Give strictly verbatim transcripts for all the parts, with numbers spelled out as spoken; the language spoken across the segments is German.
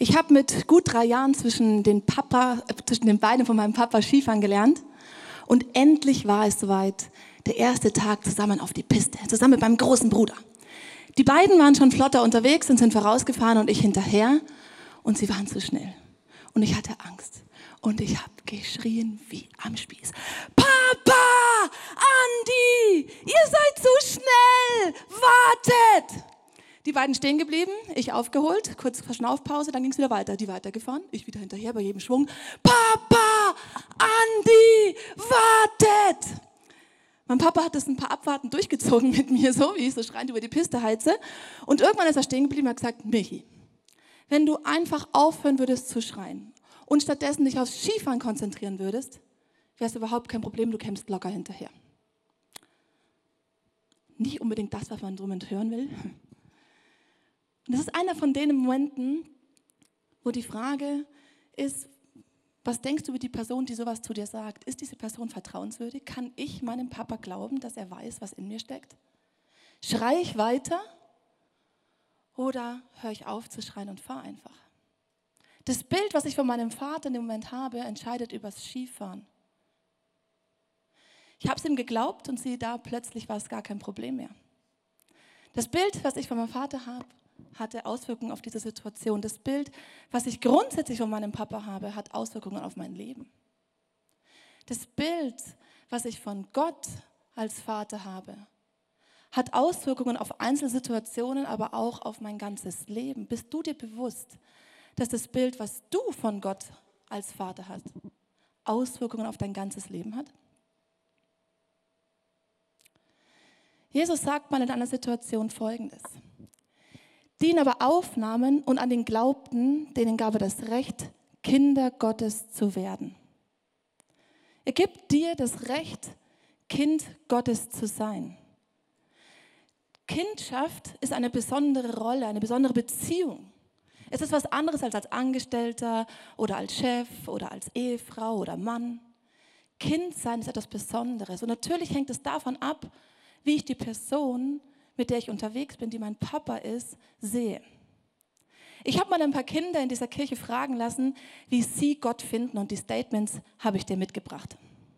Ich habe mit gut drei Jahren zwischen den, Papa, äh, zwischen den Beinen von meinem Papa Skifahren gelernt. Und endlich war es soweit, der erste Tag zusammen auf die Piste, zusammen mit meinem großen Bruder. Die beiden waren schon flotter unterwegs und sind vorausgefahren und ich hinterher. Und sie waren zu schnell. Und ich hatte Angst. Und ich habe geschrien wie am Spieß. Papa, Andi, ihr seid zu schnell, wartet! Die beiden stehen geblieben, ich aufgeholt, kurz Verschnaufpause, dann ging es wieder weiter. Die weitergefahren, ich wieder hinterher bei jedem Schwung. Papa, Andi, wartet! Mein Papa hat das ein paar Abfahrten durchgezogen mit mir, so wie ich so schreiend über die Piste heize. Und irgendwann ist er stehen geblieben und hat gesagt, Michi, wenn du einfach aufhören würdest zu schreien und stattdessen dich aufs Skifahren konzentrieren würdest, wäre es überhaupt kein Problem, du kämst locker hinterher. Nicht unbedingt das, was man drum und hören will. Und das ist einer von den Momenten, wo die Frage ist, was denkst du über die Person, die sowas zu dir sagt? Ist diese Person vertrauenswürdig? Kann ich meinem Papa glauben, dass er weiß, was in mir steckt? Schrei ich weiter oder höre ich auf zu schreien und fahre einfach? Das Bild, was ich von meinem Vater in dem Moment habe, entscheidet über das Skifahren. Ich habe es ihm geglaubt und siehe da, plötzlich war es gar kein Problem mehr. Das Bild, was ich von meinem Vater habe, hatte Auswirkungen auf diese Situation. Das Bild, was ich grundsätzlich von meinem Papa habe, hat Auswirkungen auf mein Leben. Das Bild, was ich von Gott als Vater habe, hat Auswirkungen auf Einzelsituationen, aber auch auf mein ganzes Leben. Bist du dir bewusst, dass das Bild, was du von Gott als Vater hast, Auswirkungen auf dein ganzes Leben hat? Jesus sagt mal in einer Situation Folgendes. Die ihn aber aufnahmen und an den glaubten, denen gab er das Recht, Kinder Gottes zu werden. Er gibt dir das Recht, Kind Gottes zu sein. Kindschaft ist eine besondere Rolle, eine besondere Beziehung. Es ist was anderes als als Angestellter oder als Chef oder als Ehefrau oder Mann. Kind sein ist etwas Besonderes. Und natürlich hängt es davon ab, wie ich die Person, mit der ich unterwegs bin, die mein Papa ist, sehe. Ich habe mal ein paar Kinder in dieser Kirche fragen lassen, wie sie Gott finden, und die Statements habe ich dir mitgebracht.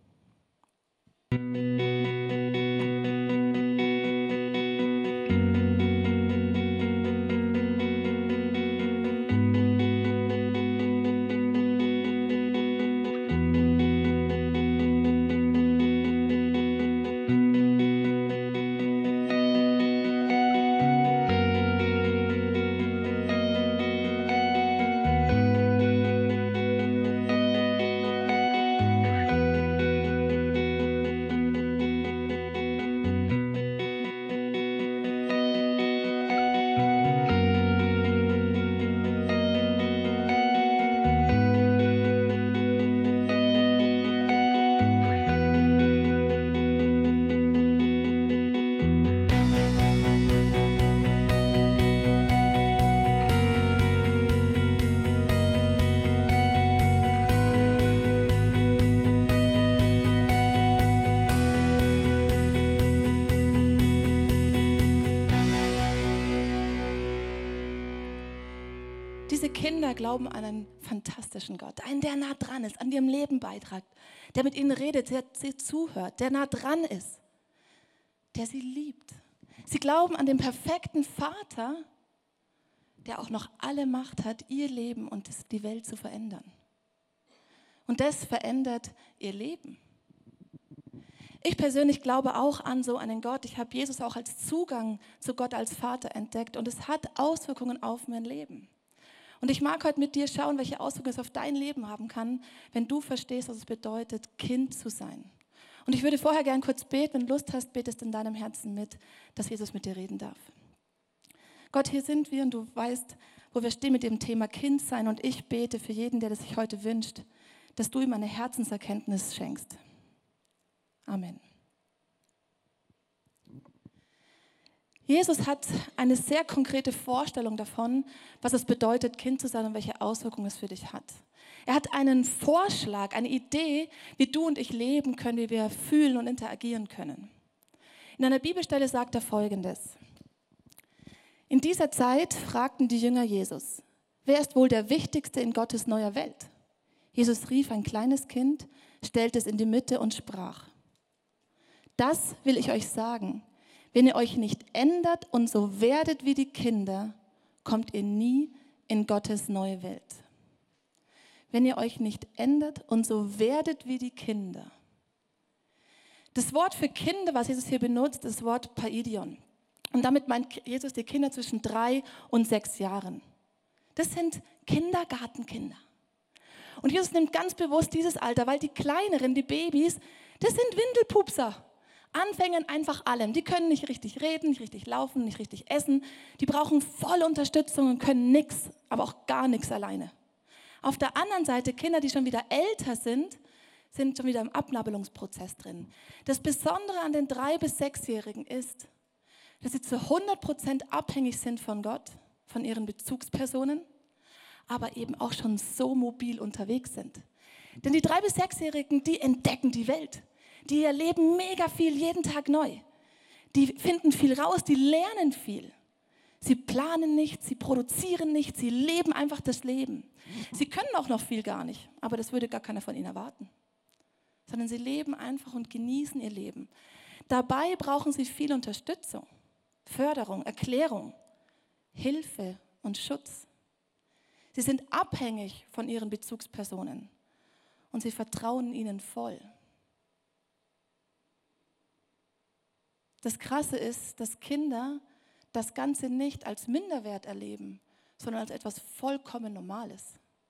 Diese Kinder glauben an einen fantastischen Gott, einen, der nah dran ist, an ihrem Leben beiträgt, der mit ihnen redet, der sie zuhört, der nah dran ist, der sie liebt. Sie glauben an den perfekten Vater, der auch noch alle Macht hat, ihr Leben und die Welt zu verändern. Und das verändert ihr Leben. Ich persönlich glaube auch an so einen Gott. Ich habe Jesus auch als Zugang zu Gott als Vater entdeckt und es hat Auswirkungen auf mein Leben. Und ich mag heute mit dir schauen, welche Auswirkungen es auf dein Leben haben kann, wenn du verstehst, was es bedeutet, Kind zu sein. Und ich würde vorher gern kurz beten. Wenn du Lust hast, betest in deinem Herzen mit, dass Jesus mit dir reden darf. Gott, hier sind wir und du weißt, wo wir stehen mit dem Thema Kind sein. Und ich bete für jeden, der das sich heute wünscht, dass du ihm eine Herzenserkenntnis schenkst. Amen. Jesus hat eine sehr konkrete Vorstellung davon, was es bedeutet, Kind zu sein und welche Auswirkungen es für dich hat. Er hat einen Vorschlag, eine Idee, wie du und ich leben können, wie wir fühlen und interagieren können. In einer Bibelstelle sagt er Folgendes. In dieser Zeit fragten die Jünger Jesus, Wer ist wohl der Wichtigste in Gottes neuer Welt? Jesus rief ein kleines Kind, stellte es in die Mitte und sprach: Das will ich euch sagen. Wenn ihr euch nicht ändert und so werdet wie die Kinder, kommt ihr nie in Gottes neue Welt. Wenn ihr euch nicht ändert und so werdet wie die Kinder. Das Wort für Kinder, was Jesus hier benutzt, ist das Wort Paidion. Und damit meint Jesus die Kinder zwischen drei und sechs Jahren. Das sind Kindergartenkinder. Und Jesus nimmt ganz bewusst dieses Alter, weil die Kleineren, die Babys, das sind Windelpupser. Anfängen einfach allem. Die können nicht richtig reden, nicht richtig laufen, nicht richtig essen. Die brauchen volle Unterstützung und können nichts, aber auch gar nichts alleine. Auf der anderen Seite Kinder, die schon wieder älter sind, sind schon wieder im Abnabelungsprozess drin. Das Besondere an den drei- bis sechsjährigen ist, dass sie zu hundert Prozent abhängig sind von Gott, von ihren Bezugspersonen, aber eben auch schon so mobil unterwegs sind. Denn die drei- bis sechsjährigen, die entdecken die Welt. Die erleben mega viel jeden Tag neu. Die finden viel raus, die lernen viel. Sie planen nicht, sie produzieren nicht, sie leben einfach das Leben. Sie können auch noch viel gar nicht, aber das würde gar keiner von ihnen erwarten. Sondern sie leben einfach und genießen ihr Leben. Dabei brauchen sie viel Unterstützung, Förderung, Erklärung, Hilfe und Schutz. Sie sind abhängig von ihren Bezugspersonen und sie vertrauen ihnen voll. Das Krasse ist, dass Kinder das Ganze nicht als Minderwert erleben, sondern als etwas vollkommen Normales.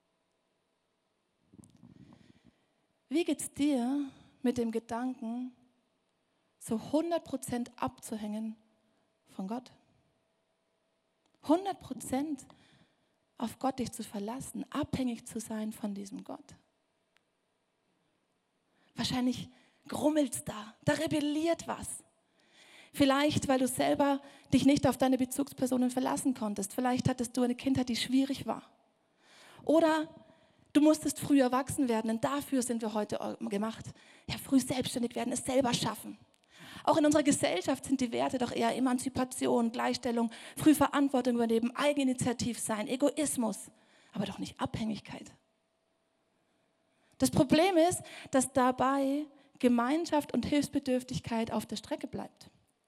Wie geht es dir mit dem Gedanken, so hundert Prozent abzuhängen von Gott? hundert Prozent auf Gott dich zu verlassen, abhängig zu sein von diesem Gott. Wahrscheinlich grummelt es da, da rebelliert was. Vielleicht, weil du selber dich nicht auf deine Bezugspersonen verlassen konntest. Vielleicht hattest du eine Kindheit, die schwierig war. Oder du musstest früh erwachsen werden, denn dafür sind wir heute gemacht. Ja, früh selbstständig werden, es selber schaffen. Auch in unserer Gesellschaft sind die Werte doch eher Emanzipation, Gleichstellung, früh Verantwortung übernehmen, Eigeninitiativ sein, Egoismus, aber doch nicht Abhängigkeit. Das Problem ist, dass dabei Gemeinschaft und Hilfsbedürftigkeit auf der Strecke bleibt.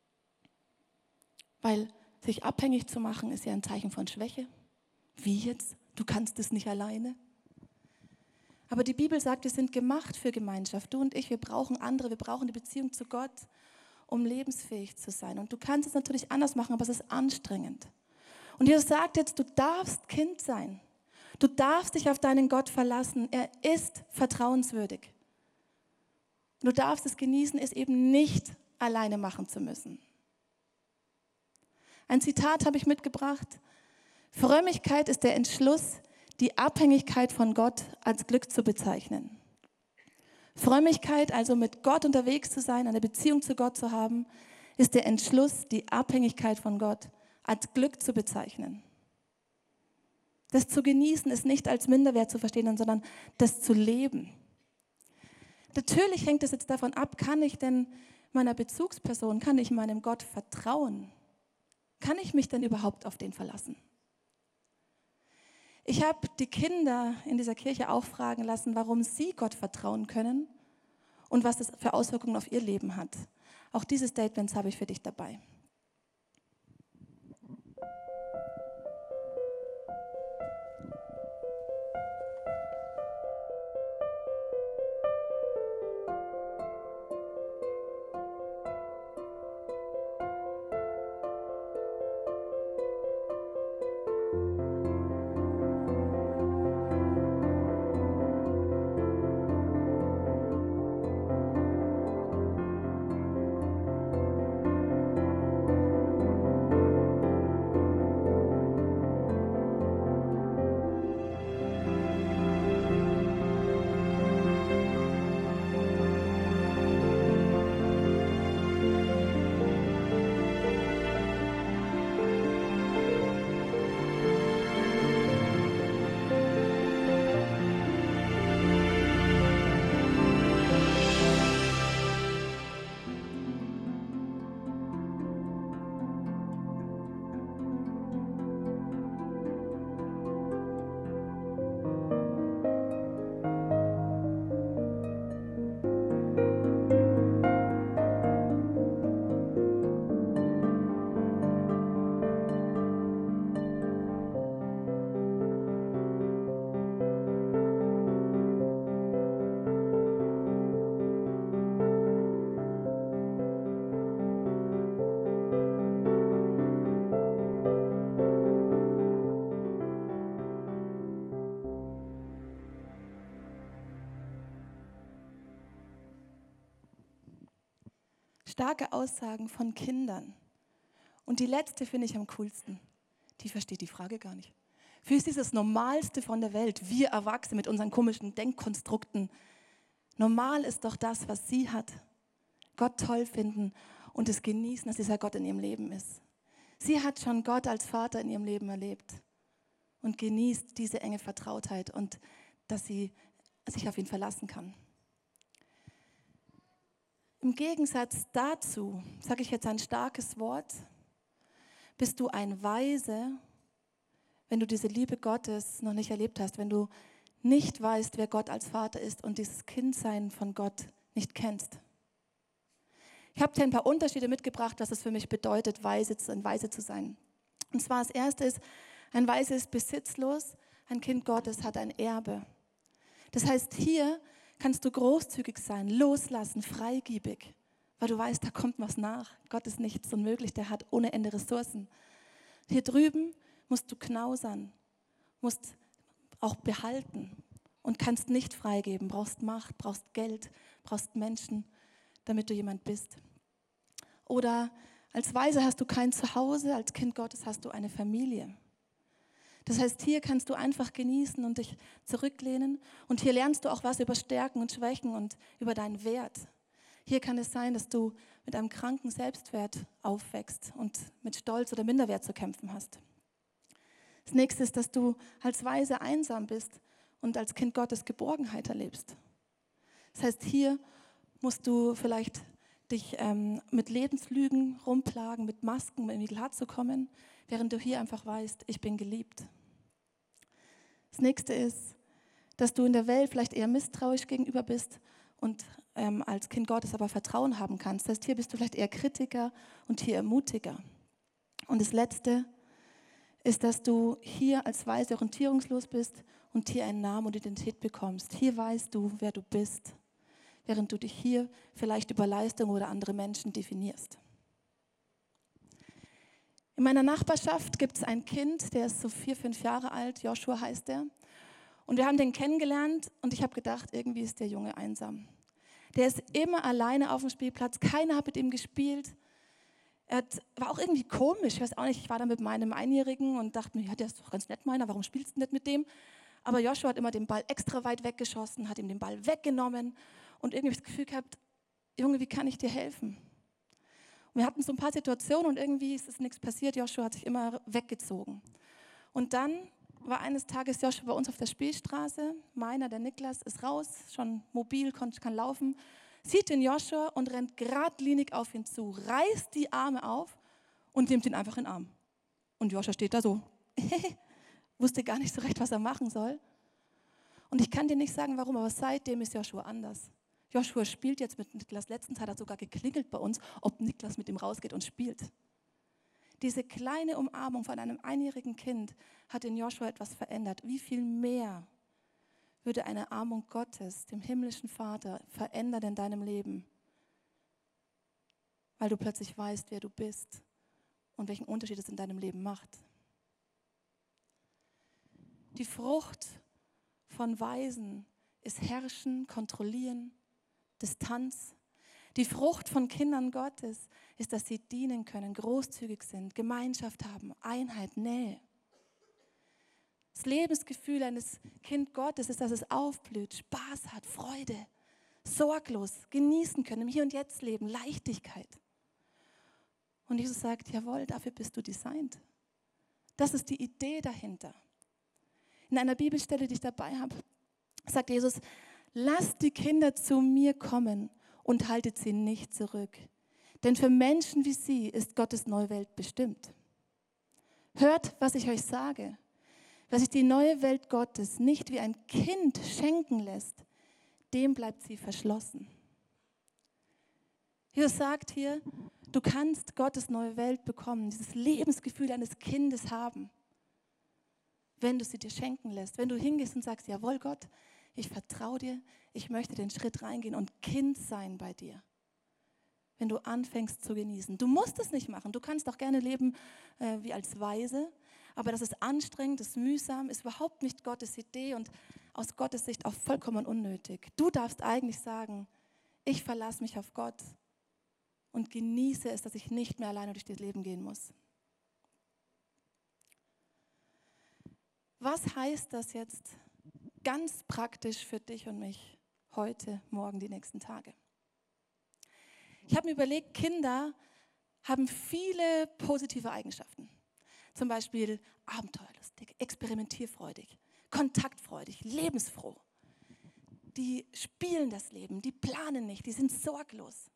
Weil sich abhängig zu machen, ist ja ein Zeichen von Schwäche. Wie jetzt? Du kannst es nicht alleine. Aber die Bibel sagt, wir sind gemacht für Gemeinschaft. Du und ich, wir brauchen andere, wir brauchen die Beziehung zu Gott, um lebensfähig zu sein. Und du kannst es natürlich anders machen, aber es ist anstrengend. Und Jesus sagt jetzt, du darfst Kind sein. Du darfst dich auf deinen Gott verlassen. Er ist vertrauenswürdig. Du darfst es genießen, es eben nicht alleine machen zu müssen. Ein Zitat habe ich mitgebracht. Frömmigkeit ist der Entschluss, die Abhängigkeit von Gott als Glück zu bezeichnen. Frömmigkeit, also mit Gott unterwegs zu sein, eine Beziehung zu Gott zu haben, ist der Entschluss, die Abhängigkeit von Gott als Glück zu bezeichnen. Das zu genießen ist nicht als Minderwert zu verstehen, sondern das zu leben. Natürlich hängt es jetzt davon ab, kann ich denn meiner Bezugsperson, kann ich meinem Gott vertrauen? Kann ich mich denn überhaupt auf den verlassen? Ich habe die Kinder in dieser Kirche auch fragen lassen, warum sie Gott vertrauen können und was das für Auswirkungen auf ihr Leben hat. Auch diese Statements habe ich für dich dabei. Starke Aussagen von Kindern. Und die letzte finde ich am coolsten. Die versteht die Frage gar nicht. Für sie ist das Normalste von der Welt. Wir Erwachsene mit unseren komischen Denkkonstrukten. Normal ist doch das, was sie hat. Gott toll finden und es genießen, dass dieser Gott in ihrem Leben ist. Sie hat schon Gott als Vater in ihrem Leben erlebt und genießt diese enge Vertrautheit und dass sie sich auf ihn verlassen kann. Im Gegensatz dazu, sage ich jetzt ein starkes Wort, bist du ein Weise, wenn du diese Liebe Gottes noch nicht erlebt hast, wenn du nicht weißt, wer Gott als Vater ist und dieses Kindsein von Gott nicht kennst. Ich habe dir ein paar Unterschiede mitgebracht, was es für mich bedeutet, weise zu, ein Weise zu sein. Und zwar das erste ist, ein Weise ist besitzlos, ein Kind Gottes hat ein Erbe. Das heißt, hier kannst du großzügig sein, loslassen, freigebig, weil du weißt, da kommt was nach. Gott ist nichts unmöglich, der hat ohne Ende Ressourcen. Hier drüben musst du knausern, musst auch behalten und kannst nicht freigeben, brauchst Macht, brauchst Geld, brauchst Menschen, damit du jemand bist. Oder als Weise hast du kein Zuhause, als Kind Gottes hast du eine Familie. Das heißt, hier kannst du einfach genießen und dich zurücklehnen und hier lernst du auch was über Stärken und Schwächen und über deinen Wert. Hier kann es sein, dass du mit einem kranken Selbstwert aufwächst und mit Stolz oder Minderwert zu kämpfen hast. Das nächste ist, dass du als Weise einsam bist und als Kind Gottes Geborgenheit erlebst. Das heißt, hier musst du vielleicht dich ähm, mit Lebenslügen rumplagen, mit Masken, um irgendwie klarzukommen, während du hier einfach weißt, ich bin geliebt. Das nächste ist, dass du in der Welt vielleicht eher misstrauisch gegenüber bist und ähm, als Kind Gottes aber Vertrauen haben kannst. Das heißt, hier bist du vielleicht eher Kritiker und hier ermutiger. Und das letzte ist, dass du hier als Weise orientierungslos bist und hier einen Namen und Identität bekommst. Hier weißt du, wer du bist, während du dich hier vielleicht über Leistung oder andere Menschen definierst. In meiner Nachbarschaft gibt es ein Kind, der ist so vier, fünf Jahre alt, Joshua heißt er. Und wir haben den kennengelernt und ich habe gedacht, irgendwie ist der Junge einsam. Der ist immer alleine auf dem Spielplatz, keiner hat mit ihm gespielt. Er hat, war auch irgendwie komisch, ich weiß auch nicht, ich war da mit meinem Einjährigen und dachte mir, ja, der ist doch ganz nett meiner, warum spielst du nicht mit dem? Aber Joshua hat immer den Ball extra weit weggeschossen, hat ihm den Ball weggenommen und irgendwie das Gefühl gehabt, Junge, wie kann ich dir helfen? Und wir hatten so ein paar Situationen und irgendwie ist es nichts passiert, Joshua hat sich immer weggezogen. Und dann war eines Tages Joshua bei uns auf der Spielstraße, meiner, der Niklas, ist raus, schon mobil, kann, kann laufen, sieht den Joshua und rennt geradlinig auf ihn zu, reißt die Arme auf und nimmt ihn einfach in den Arm. Und Joshua steht da so, wusste gar nicht so recht, was er machen soll. Und ich kann dir nicht sagen, warum, aber seitdem ist Joshua anders. Joshua spielt jetzt mit Niklas. Letztens hat er sogar geklingelt bei uns, ob Niklas mit ihm rausgeht und spielt. Diese kleine Umarmung von einem einjährigen Kind hat in Joshua etwas verändert. Wie viel mehr würde eine Umarmung Gottes, dem himmlischen Vater, verändern in deinem Leben? Weil du plötzlich weißt, wer du bist und welchen Unterschied es in deinem Leben macht. Die Frucht von Weisen ist Herrschen, Kontrollieren, Distanz. Die Frucht von Kindern Gottes ist, dass sie dienen können, großzügig sind, Gemeinschaft haben, Einheit, Nähe. Das Lebensgefühl eines Kind Gottes ist, dass es aufblüht, Spaß hat, Freude, sorglos genießen können, im Hier und Jetzt leben, Leichtigkeit. Und Jesus sagt, jawohl, dafür bist du designt. Das ist die Idee dahinter. In einer Bibelstelle, die ich dabei habe, sagt Jesus, lasst die Kinder zu mir kommen und haltet sie nicht zurück. Denn für Menschen wie sie ist Gottes neue Welt bestimmt. Hört, was ich euch sage. Wer sich die neue Welt Gottes nicht wie ein Kind schenken lässt, dem bleibt sie verschlossen. Jesus sagt hier, du kannst Gottes neue Welt bekommen, dieses Lebensgefühl eines Kindes haben, wenn du sie dir schenken lässt. Wenn du hingehst und sagst, jawohl Gott, ich vertraue dir, ich möchte den Schritt reingehen und Kind sein bei dir. Wenn du anfängst zu genießen. Du musst es nicht machen. Du kannst auch gerne leben äh, wie als Weise. Aber das ist anstrengend, das ist mühsam, ist überhaupt nicht Gottes Idee und aus Gottes Sicht auch vollkommen unnötig. Du darfst eigentlich sagen, ich verlasse mich auf Gott und genieße es, dass ich nicht mehr alleine durch das Leben gehen muss. Was heißt das jetzt ganz praktisch für dich und mich heute, morgen, die nächsten Tage? Ich habe mir überlegt, Kinder haben viele positive Eigenschaften. Zum Beispiel abenteuerlustig, experimentierfreudig, kontaktfreudig, lebensfroh. Die spielen das Leben, die planen nicht, die sind sorglos.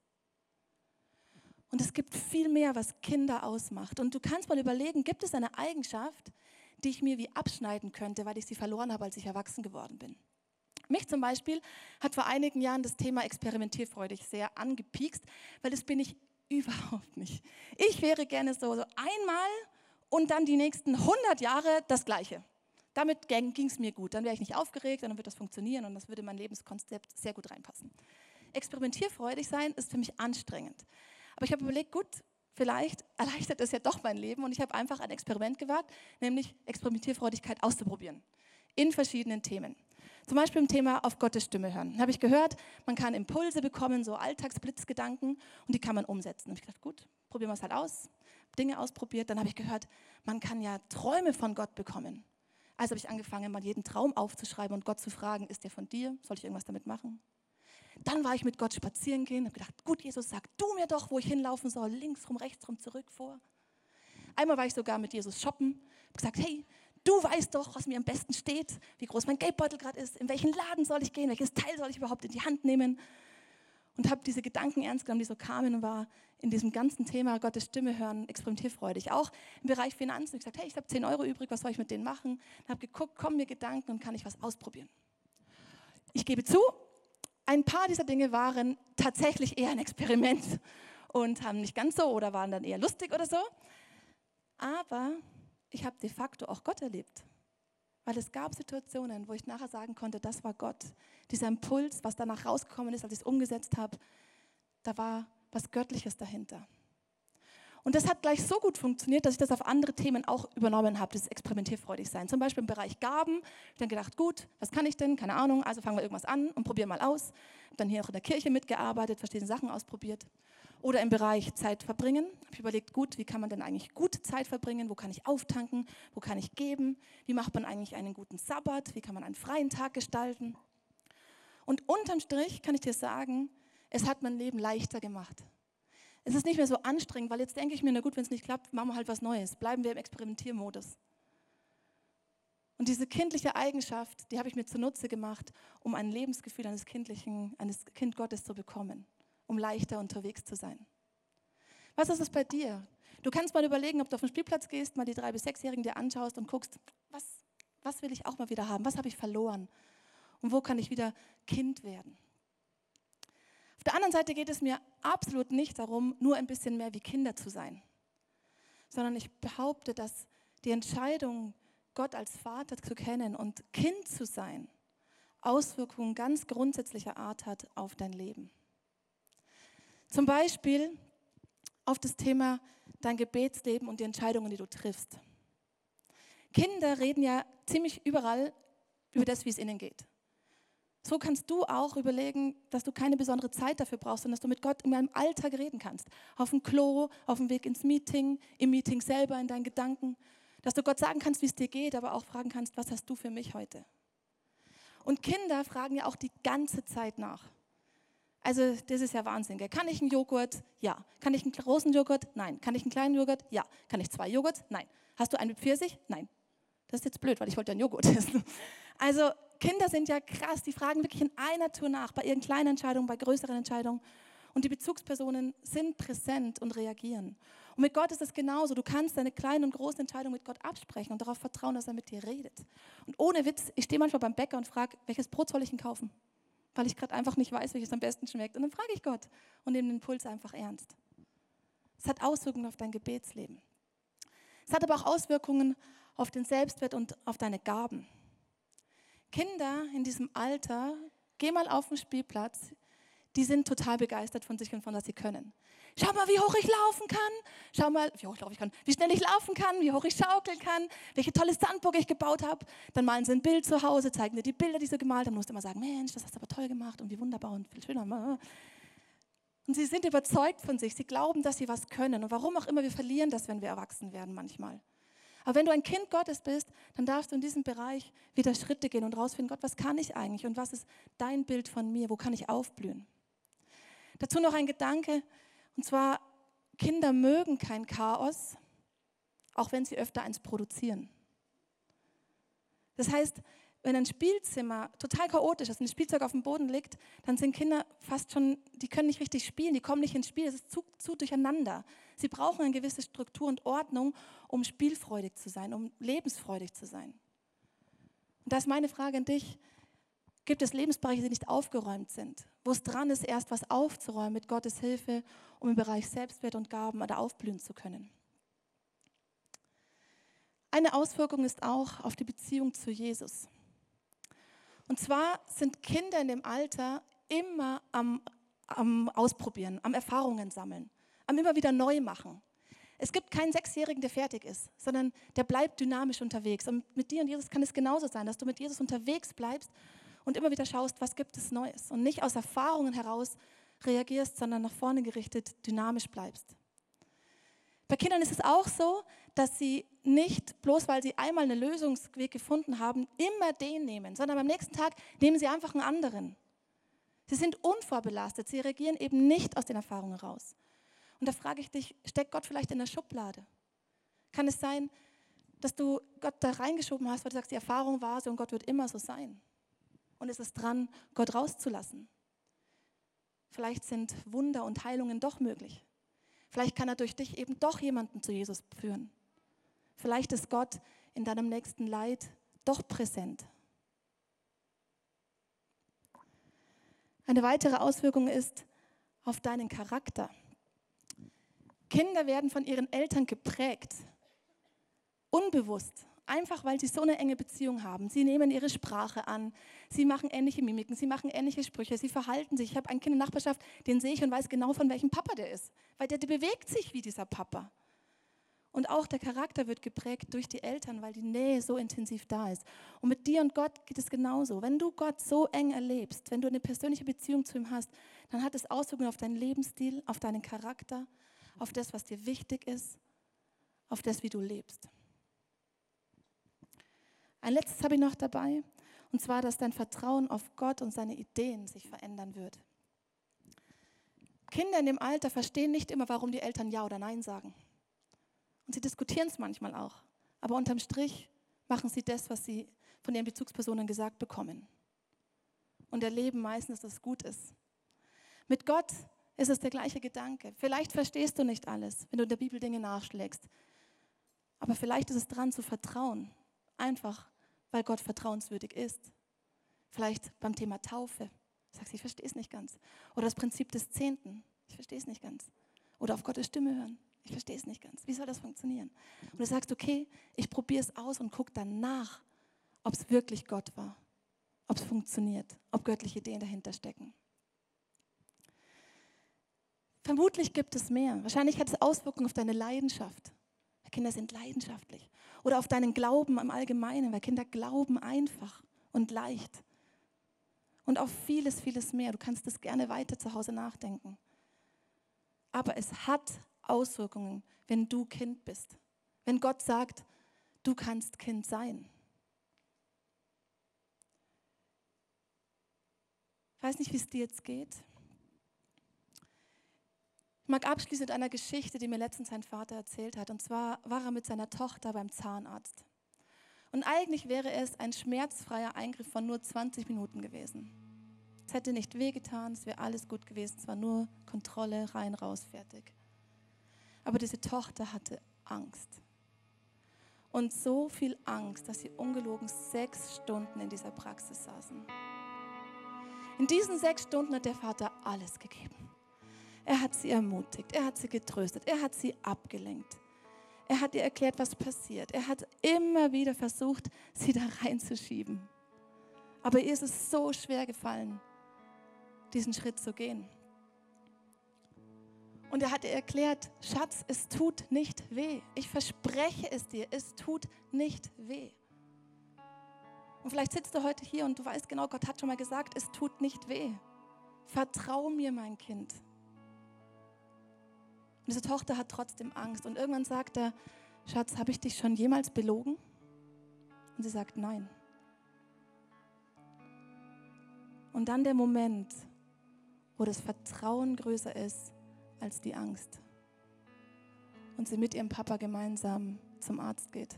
Und es gibt viel mehr, was Kinder ausmacht. Und du kannst mal überlegen, gibt es eine Eigenschaft, die ich mir wie abschneiden könnte, weil ich sie verloren habe, als ich erwachsen geworden bin. Mich zum Beispiel hat vor einigen Jahren das Thema experimentierfreudig sehr angepiekst, weil das bin ich überhaupt nicht. Ich wäre gerne so, so einmal und dann die nächsten hundert Jahre das Gleiche. Damit ging es mir gut. Dann wäre ich nicht aufgeregt und dann würde das funktionieren und das würde in mein Lebenskonzept sehr gut reinpassen. Experimentierfreudig sein ist für mich anstrengend. Aber ich habe überlegt, gut, vielleicht erleichtert es ja doch mein Leben und ich habe einfach ein Experiment gewagt, nämlich Experimentierfreudigkeit auszuprobieren in verschiedenen Themen. Zum Beispiel im Thema auf Gottes Stimme hören. Da habe ich gehört, man kann Impulse bekommen, so Alltagsblitzgedanken und die kann man umsetzen. Da habe ich gedacht, gut, probieren wir es halt aus, Dinge ausprobiert. Dann habe ich gehört, man kann ja Träume von Gott bekommen. Also habe ich angefangen, mal jeden Traum aufzuschreiben und Gott zu fragen, ist der von dir? Soll ich irgendwas damit machen? Dann war ich mit Gott spazieren gehen und habe gedacht, gut, Jesus, sag du mir doch, wo ich hinlaufen soll, links rum, rechts rum, zurück, vor. Einmal war ich sogar mit Jesus shoppen, habe gesagt, hey, du weißt doch, was mir am besten steht, wie groß mein Geldbeutel gerade ist, in welchen Laden soll ich gehen, welches Teil soll ich überhaupt in die Hand nehmen. Und habe diese Gedanken ernst genommen, die so kamen und war in diesem ganzen Thema Gottes Stimme hören experimentierfreudig. Auch im Bereich Finanzen. Ich habe gesagt, hey, ich habe zehn Euro übrig, was soll ich mit denen machen? Und habe geguckt, kommen mir Gedanken und kann ich was ausprobieren. Ich gebe zu, ein paar dieser Dinge waren tatsächlich eher ein Experiment und haben nicht ganz so oder waren dann eher lustig oder so. Aber ich habe de facto auch Gott erlebt. Weil es gab Situationen, wo ich nachher sagen konnte, das war Gott. Dieser Impuls, was danach rausgekommen ist, als ich es umgesetzt habe, da war was Göttliches dahinter. Und das hat gleich so gut funktioniert, dass ich das auf andere Themen auch übernommen habe, dieses experimentierfreudig sein. Zum Beispiel im Bereich Gaben. Ich habe dann gedacht, gut, was kann ich denn? Keine Ahnung, also fangen wir irgendwas an und probieren mal aus. Habe dann hier auch in der Kirche mitgearbeitet, verschiedene Sachen ausprobiert. Oder im Bereich Zeit verbringen. Habe ich überlegt, gut, wie kann man denn eigentlich gut Zeit verbringen? Wo kann ich auftanken? Wo kann ich geben? Wie macht man eigentlich einen guten Sabbat? Wie kann man einen freien Tag gestalten? Und unterm Strich kann ich dir sagen, es hat mein Leben leichter gemacht. Es ist nicht mehr so anstrengend, weil jetzt denke ich mir, na gut, wenn es nicht klappt, machen wir halt was Neues. Bleiben wir im Experimentiermodus. Und diese kindliche Eigenschaft, die habe ich mir zunutze gemacht, um ein Lebensgefühl eines kindlichen, eines Kind Gottes zu bekommen, um leichter unterwegs zu sein. Was ist es bei dir? Du kannst mal überlegen, ob du auf den Spielplatz gehst, mal die drei- bis sechsjährigen dir anschaust und guckst, was, was will ich auch mal wieder haben? Was habe ich verloren? Und wo kann ich wieder Kind werden? Auf der anderen Seite geht es mir absolut nicht darum, nur ein bisschen mehr wie Kinder zu sein, sondern ich behaupte, dass die Entscheidung, Gott als Vater zu kennen und Kind zu sein, Auswirkungen ganz grundsätzlicher Art hat auf dein Leben. Zum Beispiel auf das Thema dein Gebetsleben und die Entscheidungen, die du triffst. Kinder reden ja ziemlich überall über das, wie es ihnen geht. So kannst du auch überlegen, dass du keine besondere Zeit dafür brauchst, sondern dass du mit Gott in deinem Alltag reden kannst. Auf dem Klo, auf dem Weg ins Meeting, im Meeting selber, in deinen Gedanken. Dass du Gott sagen kannst, wie es dir geht, aber auch fragen kannst, was hast du für mich heute? Und Kinder fragen ja auch die ganze Zeit nach. Also das ist ja Wahnsinn. Gell? Kann ich einen Joghurt? Ja. Kann ich einen großen Joghurt? Nein. Kann ich einen kleinen Joghurt? Ja. Kann ich zwei Joghurts? Nein. Hast du einen mit Pfirsich? Nein. Das ist jetzt blöd, weil ich wollte ja einen Joghurt essen. Also Kinder sind ja krass, die fragen wirklich in einer Tour nach, bei ihren kleinen Entscheidungen, bei größeren Entscheidungen. Und die Bezugspersonen sind präsent und reagieren. Und mit Gott ist es genauso. Du kannst deine kleinen und großen Entscheidungen mit Gott absprechen und darauf vertrauen, dass er mit dir redet. Und ohne Witz, ich stehe manchmal beim Bäcker und frage, welches Brot soll ich denn kaufen? Weil ich gerade einfach nicht weiß, welches am besten schmeckt. Und dann frage ich Gott und nehme den Impuls einfach ernst. Es hat Auswirkungen auf dein Gebetsleben. Es hat aber auch Auswirkungen auf den Selbstwert und auf deine Gaben. Kinder in diesem Alter, geh mal auf den Spielplatz, die sind total begeistert von sich und von was sie können. Schau mal, wie hoch ich laufen kann. Schau mal, wie hoch ich laufen kann, wie schnell ich laufen kann, wie hoch ich schaukeln kann, welche tolle Sandburg ich gebaut habe. Dann malen sie ein Bild zu Hause, zeigen dir die Bilder, die sie gemalt haben. Du musst immer sagen, Mensch, das hast du aber toll gemacht und wie wunderbar und viel schöner. Und Und sie sind überzeugt von sich. Sie glauben, dass sie was können. Und warum auch immer, wir verlieren das, wenn wir erwachsen werden manchmal. Aber wenn du ein Kind Gottes bist, dann darfst du in diesem Bereich wieder Schritte gehen und rausfinden, Gott, was kann ich eigentlich und was ist dein Bild von mir? Wo kann ich aufblühen? Dazu noch ein Gedanke, und zwar, Kinder mögen kein Chaos, auch wenn sie öfter eins produzieren. Das heißt, wenn ein Spielzimmer total chaotisch ist und das Spielzeug auf dem Boden liegt, dann sind Kinder fast schon, die können nicht richtig spielen, die kommen nicht ins Spiel, es ist zu, zu durcheinander. Sie brauchen eine gewisse Struktur und Ordnung, um spielfreudig zu sein, um lebensfreudig zu sein. Und da ist meine Frage an dich, gibt es Lebensbereiche, die nicht aufgeräumt sind, wo es dran ist, erst was aufzuräumen mit Gottes Hilfe, um im Bereich Selbstwert und Gaben da aufblühen zu können? Eine Auswirkung ist auch auf die Beziehung zu Jesus. Und zwar sind Kinder in dem Alter immer am, am Ausprobieren, am Erfahrungen sammeln, am immer wieder neu machen. Es gibt keinen Sechsjährigen, der fertig ist, sondern der bleibt dynamisch unterwegs. Und mit dir und Jesus kann es genauso sein, dass du mit Jesus unterwegs bleibst und immer wieder schaust, was gibt es Neues. Und nicht aus Erfahrungen heraus reagierst, sondern nach vorne gerichtet dynamisch bleibst. Bei Kindern ist es auch so, dass sie nicht, bloß weil sie einmal einen Lösungsweg gefunden haben, immer den nehmen, sondern beim nächsten Tag nehmen sie einfach einen anderen. Sie sind unvorbelastet, sie reagieren eben nicht aus den Erfahrungen raus. Und da frage ich dich, steckt Gott vielleicht in der Schublade? Kann es sein, dass du Gott da reingeschoben hast, weil du sagst, die Erfahrung war so und Gott wird immer so sein? Und ist es dran, Gott rauszulassen? Vielleicht sind Wunder und Heilungen doch möglich. Vielleicht kann er durch dich eben doch jemanden zu Jesus führen. Vielleicht ist Gott in deinem nächsten Leid doch präsent. Eine weitere Auswirkung ist auf deinen Charakter. Kinder werden von ihren Eltern geprägt, unbewusst, einfach weil sie so eine enge Beziehung haben. Sie nehmen ihre Sprache an, sie machen ähnliche Mimiken, sie machen ähnliche Sprüche, sie verhalten sich. Ich habe ein Kind in der Nachbarschaft, den sehe ich und weiß genau, von welchem Papa der ist, weil der, der bewegt sich wie dieser Papa. Und auch der Charakter wird geprägt durch die Eltern, weil die Nähe so intensiv da ist. Und mit dir und Gott geht es genauso. Wenn du Gott so eng erlebst, wenn du eine persönliche Beziehung zu ihm hast, dann hat es Auswirkungen auf deinen Lebensstil, auf deinen Charakter, auf das, was dir wichtig ist, auf das, wie du lebst. Ein letztes habe ich noch dabei, und zwar, dass dein Vertrauen auf Gott und seine Ideen sich verändern wird. Kinder in dem Alter verstehen nicht immer, warum die Eltern Ja oder Nein sagen. Und sie diskutieren es manchmal auch. Aber unterm Strich machen sie das, was sie von ihren Bezugspersonen gesagt bekommen. Und erleben meistens, dass es gut ist. Mit Gott ist es der gleiche Gedanke. Vielleicht verstehst du nicht alles, wenn du in der Bibel Dinge nachschlägst. Aber vielleicht ist es dran zu vertrauen. Einfach, weil Gott vertrauenswürdig ist. Vielleicht beim Thema Taufe. Du sagst, ich verstehe es nicht ganz. Oder das Prinzip des Zehnten. Ich verstehe es nicht ganz. Oder auf Gottes Stimme hören. Ich verstehe es nicht ganz. Wie soll das funktionieren? Und du sagst, okay, ich probiere es aus und gucke dann nach, ob es wirklich Gott war. Ob es funktioniert. Ob göttliche Ideen dahinter stecken. Vermutlich gibt es mehr. Wahrscheinlich hat es Auswirkungen auf deine Leidenschaft. Kinder sind leidenschaftlich. Oder auf deinen Glauben im Allgemeinen, weil Kinder glauben einfach und leicht. Und auf vieles, vieles mehr. Du kannst das gerne weiter zu Hause nachdenken. Aber es hat Auswirkungen, wenn du Kind bist. Wenn Gott sagt, du kannst Kind sein. Ich weiß nicht, wie es dir jetzt geht. Ich mag abschließen mit einer Geschichte, die mir letztens sein Vater erzählt hat. Und zwar war er mit seiner Tochter beim Zahnarzt. Und eigentlich wäre es ein schmerzfreier Eingriff von nur zwanzig Minuten gewesen. Es hätte nicht wehgetan, es wäre alles gut gewesen. Es war nur Kontrolle, rein, raus, fertig. Aber diese Tochter hatte Angst. Und so viel Angst, dass sie ungelogen sechs Stunden in dieser Praxis saßen. In diesen sechs Stunden hat der Vater alles gegeben. Er hat sie ermutigt, er hat sie getröstet, er hat sie abgelenkt. Er hat ihr erklärt, was passiert. Er hat immer wieder versucht, sie da reinzuschieben. Aber ihr ist es so schwer gefallen, diesen Schritt zu gehen. Und er hat ihr erklärt, Schatz, es tut nicht weh. Ich verspreche es dir, es tut nicht weh. Und vielleicht sitzt du heute hier und du weißt genau, Gott hat schon mal gesagt, es tut nicht weh. Vertrau mir, mein Kind. diese Tochter hat trotzdem Angst. Und irgendwann sagt er, Schatz, habe ich dich schon jemals belogen? Und sie sagt, nein. Und dann der Moment, wo das Vertrauen größer ist als die Angst. Und sie mit ihrem Papa gemeinsam zum Arzt geht.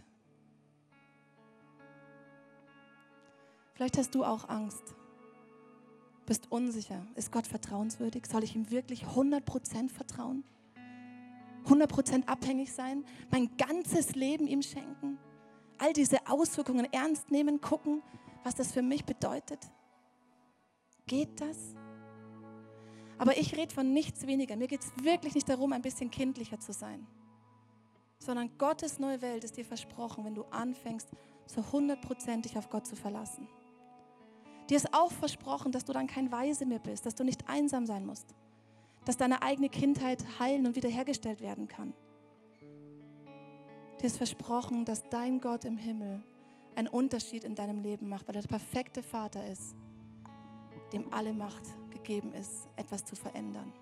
Vielleicht hast du auch Angst. Bist unsicher. Ist Gott vertrauenswürdig? Soll ich ihm wirklich hundert Prozent vertrauen? hundert Prozent abhängig sein? Mein ganzes Leben ihm schenken? All diese Auswirkungen ernst nehmen, gucken, was das für mich bedeutet? Geht das? Aber ich rede von nichts weniger. Mir geht es wirklich nicht darum, ein bisschen kindlicher zu sein. Sondern Gottes neue Welt ist dir versprochen, wenn du anfängst, so hundert Prozent dich auf Gott zu verlassen. Dir ist auch versprochen, dass du dann kein Waise mehr bist, dass du nicht einsam sein musst, dass deine eigene Kindheit heilen und wiederhergestellt werden kann. Dir ist versprochen, dass dein Gott im Himmel einen Unterschied in deinem Leben macht, weil er der perfekte Vater ist, dem alle Macht gegeben ist, etwas zu verändern.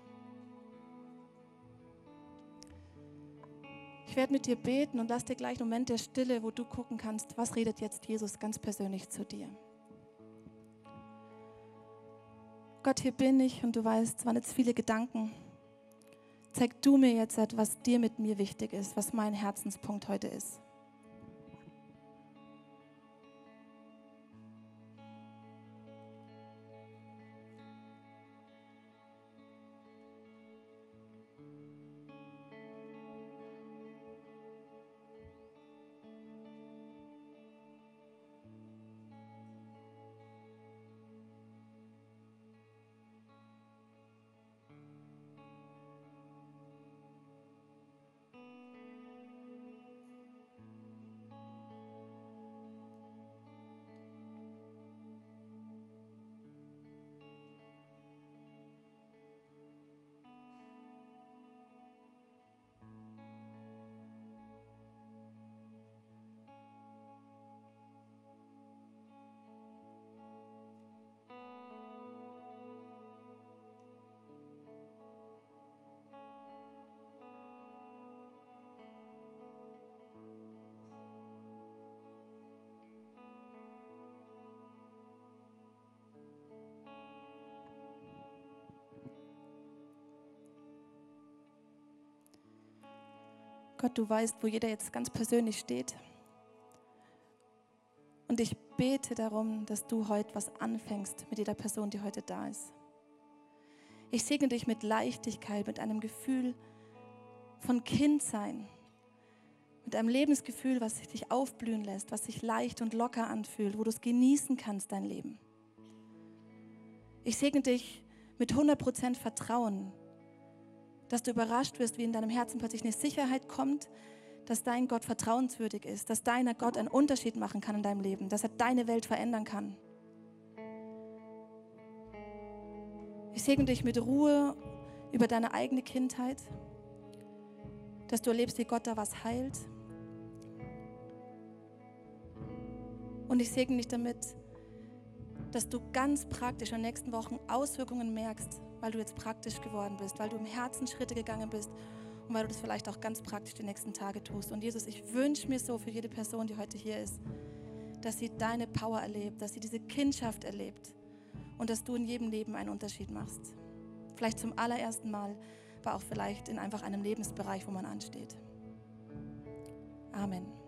Ich werde mit dir beten und lass dir gleich einen Moment der Stille, wo du gucken kannst, was redet jetzt Jesus ganz persönlich zu dir. Gott, hier bin ich und du weißt, es waren jetzt viele Gedanken. Zeig du mir jetzt, was dir mit mir wichtig ist, was mein Herzenspunkt heute ist. Gott, du weißt, wo jeder jetzt ganz persönlich steht. Und ich bete darum, dass du heute was anfängst mit jeder Person, die heute da ist. Ich segne dich mit Leichtigkeit, mit einem Gefühl von Kindsein, mit einem Lebensgefühl, was dich aufblühen lässt, was sich leicht und locker anfühlt, wo du es genießen kannst, dein Leben. Ich segne dich mit hundert Prozent Vertrauen, dass du überrascht wirst, wie in deinem Herzen plötzlich eine Sicherheit kommt, dass dein Gott vertrauenswürdig ist, dass deiner Gott einen Unterschied machen kann in deinem Leben, dass er deine Welt verändern kann. Ich segne dich mit Ruhe über deine eigene Kindheit, dass du erlebst, wie Gott da was heilt. Und ich segne dich damit, dass du ganz praktisch in den nächsten Wochen Auswirkungen merkst, weil du jetzt praktisch geworden bist, weil du im Herzen Schritte gegangen bist und weil du das vielleicht auch ganz praktisch die nächsten Tage tust. Und Jesus, ich wünsche mir so für jede Person, die heute hier ist, dass sie deine Power erlebt, dass sie diese Kindschaft erlebt und dass du in jedem Leben einen Unterschied machst. Vielleicht zum allerersten Mal, aber auch vielleicht in einfach einem Lebensbereich, wo man ansteht. Amen.